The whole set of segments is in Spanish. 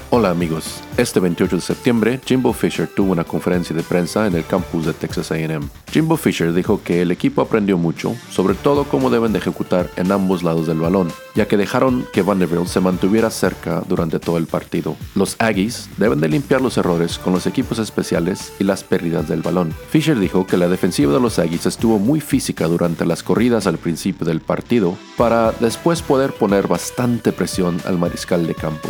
Hola amigos, este 28 de septiembre, Jimbo Fisher tuvo una conferencia de prensa en el campus de Texas A&M. Jimbo Fisher dijo que el equipo aprendió mucho, sobre todo cómo deben de ejecutar en ambos lados del balón, ya que dejaron que Vanderbilt se mantuviera cerca durante todo el partido. Los Aggies deben de limpiar los errores con los equipos especiales y las pérdidas del balón. Fisher dijo que la defensiva de los Aggies estuvo muy física durante las corridas al principio del partido, para después poder poner bastante presión al mariscal de campo.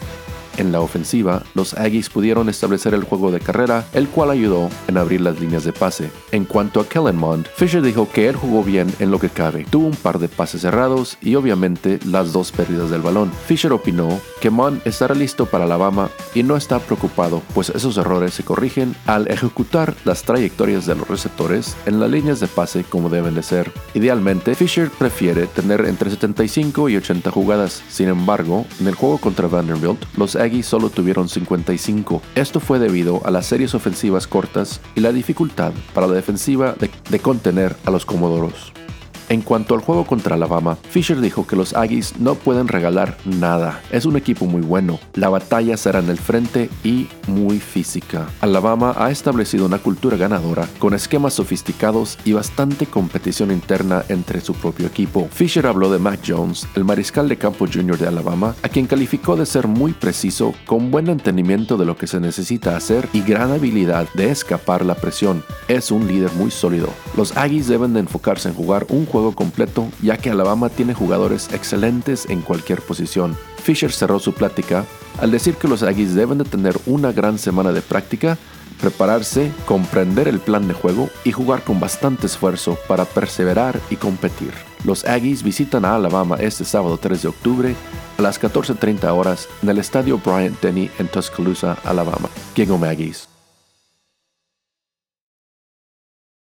En la ofensiva, los Aggies pudieron establecer el juego de carrera, el cual ayudó en abrir las líneas de pase. En cuanto a Kellen Mond, Fisher dijo que él jugó bien en lo que cabe. Tuvo un par de pases cerrados y obviamente las dos pérdidas del balón. Fisher opinó que Mond estará listo para Alabama y no está preocupado, pues esos errores se corrigen al ejecutar las trayectorias de los receptores en las líneas de pase como deben de ser. Idealmente, Fisher prefiere tener entre 75 y 80 jugadas. Sin embargo, en el juego contra Vanderbilt, los Aggies solo tuvieron 55. Esto fue debido a las series ofensivas cortas y la dificultad para la defensiva de contener a los comodoros. En cuanto al juego contra Alabama, Fisher dijo que los Aggies no pueden regalar nada. Es un equipo muy bueno. La batalla será en el frente y muy física. Alabama ha establecido una cultura ganadora con esquemas sofisticados y bastante competición interna entre su propio equipo. Fisher habló de Mac Jones, el mariscal de campo junior de Alabama, a quien calificó de ser muy preciso, con buen entendimiento de lo que se necesita hacer y gran habilidad de escapar la presión. Es un líder muy sólido. Los Aggies deben de enfocarse en jugar un juego completo, ya que Alabama tiene jugadores excelentes en cualquier posición. Fisher cerró su plática al decir que los Aggies deben de tener una gran semana de práctica, prepararse, comprender el plan de juego y jugar con bastante esfuerzo para perseverar y competir. Los Aggies visitan a Alabama este sábado 3 de octubre a las 14:30 horas en el estadio Bryant-Denny en Tuscaloosa, Alabama. Go Aggies.